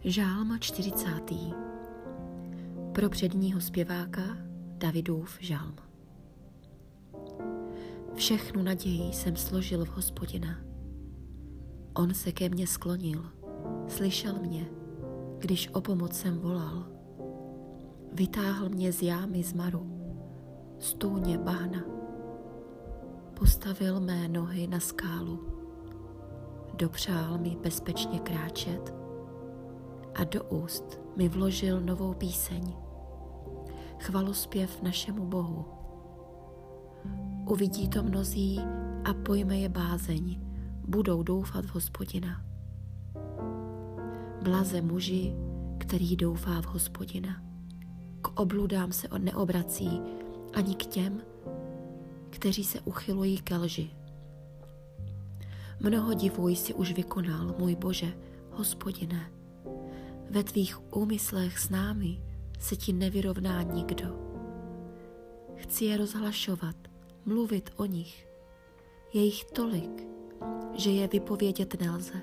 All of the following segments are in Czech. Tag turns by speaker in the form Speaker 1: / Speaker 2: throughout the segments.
Speaker 1: Žálm 40. Pro předního zpěváka Davidův žálm. Všechnu naději jsem složil v Hospodina. On se ke mně sklonil, slyšel mě, když o pomoc jsem volal. Vytáhl mě z jámy zmaru, z tůně bahna. Postavil mé nohy na skálu. Dopřál mi bezpečně kráčet a do úst mi vložil novou píseň. Chvalospěv našemu Bohu. Uvidí to mnozí a pojme je bázeň, budou doufat v Hospodina. Blaze muži, který doufá v Hospodina. K obludám se neobrací, ani k těm, kteří se uchylují ke lži. Mnoho divů jsi už vykonal, můj Bože, Hospodine. Ve tvých úmyslech s námi se ti nevyrovná nikdo. Chci je rozhlašovat, mluvit o nich. Je jich tolik, že je vypovědět nelze.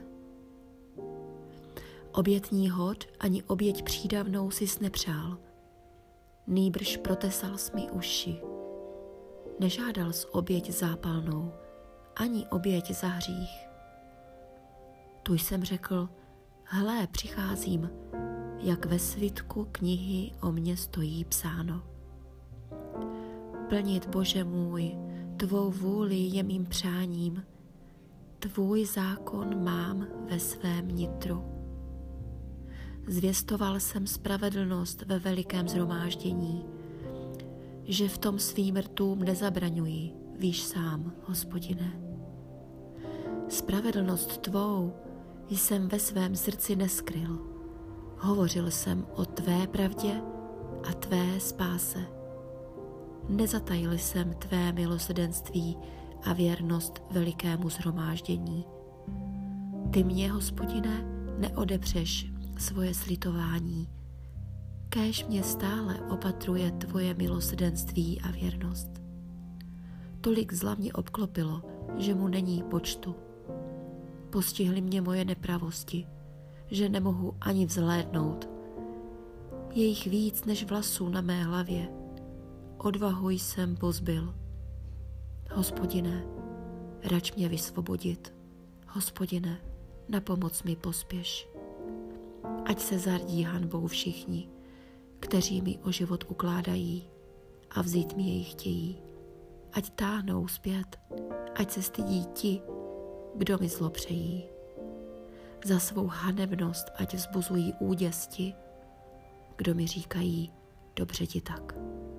Speaker 1: Obětní hod ani oběť přídavnou sis nepřál. Nýbrž protesal jsi mi uši. Nežádal jsi oběť zápalnou, ani oběť za hřích. Tu jsem řekl, hle, přicházím, jak ve svitku knihy o mně stojí psáno. Plnit, Bože můj, tvou vůli je mým přáním, tvůj zákon mám ve svém nitru. Zvěstoval jsem spravedlnost ve velikém shromáždění, že v tom svým rtům nezabraňuji, víš sám, Hospodine. Spravedlnost tvou jsem ve svém srdci neskryl. Hovořil jsem o tvé pravdě a tvé spáse. Nezatajil jsem tvé milosrdenství a věrnost velikému shromáždění. Ty mě, Hospodine, neodepřeš svoje slitování. Kéž mě stále opatruje tvoje milosrdenství a věrnost. Tolik zla mě obklopilo, že mu není počtu. Postihly mě moje nepravosti, že nemohu ani vzhlédnout. Je jich víc než vlasů na mé hlavě. Odvahu jsem pozbyl. Hospodine, rač mě vysvobodit. Hospodine, na pomoc mi pospěš. Ať se zardí hanbou všichni, kteří mi o život ukládají a vzít mi jej chtějí. Ať táhnou zpět, ať se stydí ti, kdo mi zlo přejí. Za svou hanebnost ať vzbuzují úděsti, kdo mi říkají, dobře ti tak.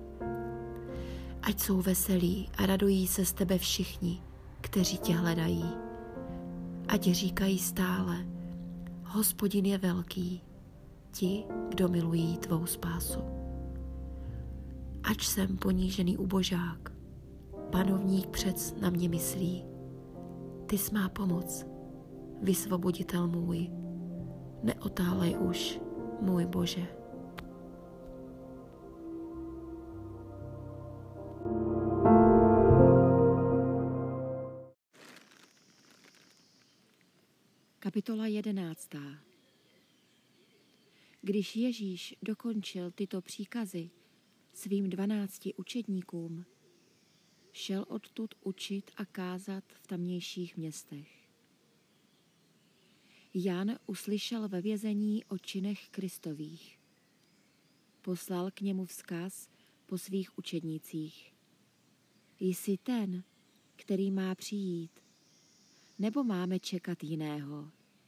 Speaker 1: Ať jsou veselí a radují se z tebe všichni, kteří tě hledají. Ať říkají stále, Hospodin je velký, ti, kdo milují tvou spásu. Ač jsem ponížený ubožák, panovník přec na mě myslí. Ty jsi má pomoc, vysvoboditel můj, neotálej už, můj Bože. Kapitola 11. Když Ježíš dokončil tyto příkazy svým 12 učedníkům, šel odtud učit a kázat v tamnějších městech. Jan uslyšel ve vězení o činech Kristových. Poslal k němu vzkaz po svých učednících. Jsi ten, který má přijít, nebo máme čekat jiného?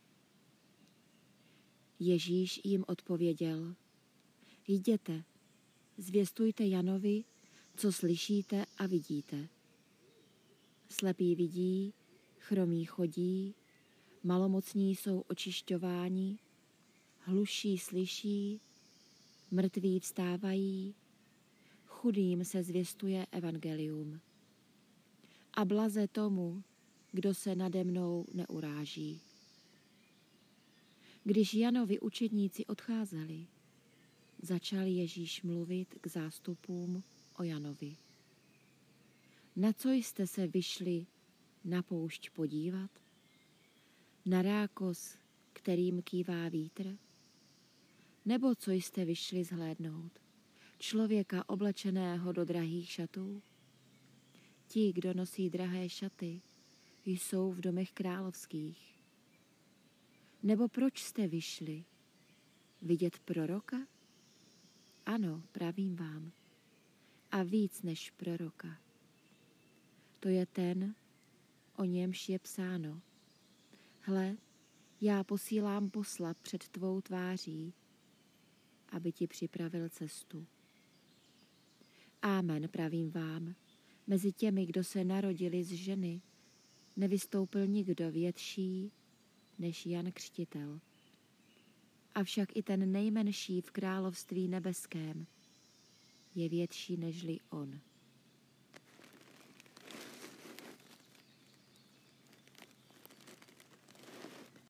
Speaker 1: Ježíš jim odpověděl, jděte, zvěstujte Janovi, co slyšíte a vidíte. Slepí vidí, chromí chodí, malomocní jsou očišťováni, hluší slyší, mrtví vstávají, chudým se zvěstuje evangelium. A blaze tomu, kdo se nade mnou neuráží. Když Janovi učedníci odcházeli, začal Ježíš mluvit k zástupům o Janovi. Na co jste se vyšli na poušť podívat? Na rákos, kterým kývá vítr? Nebo co jste vyšli zhlédnout? Člověka oblečeného do drahých šatů? Ti, kdo nosí drahé šaty, jsou v domech královských. Nebo proč jste vyšli? Vidět proroka? Ano, pravím vám. A víc než proroka. To je ten, o němž je psáno. Hle, já posílám posla před tvou tváří, aby ti připravil cestu. Amen, pravím vám, mezi těmi, kdo se narodili z ženy, nevystoupil nikdo větší než Jan Křtitel. Avšak i ten nejmenší v království nebeském je větší nežli on.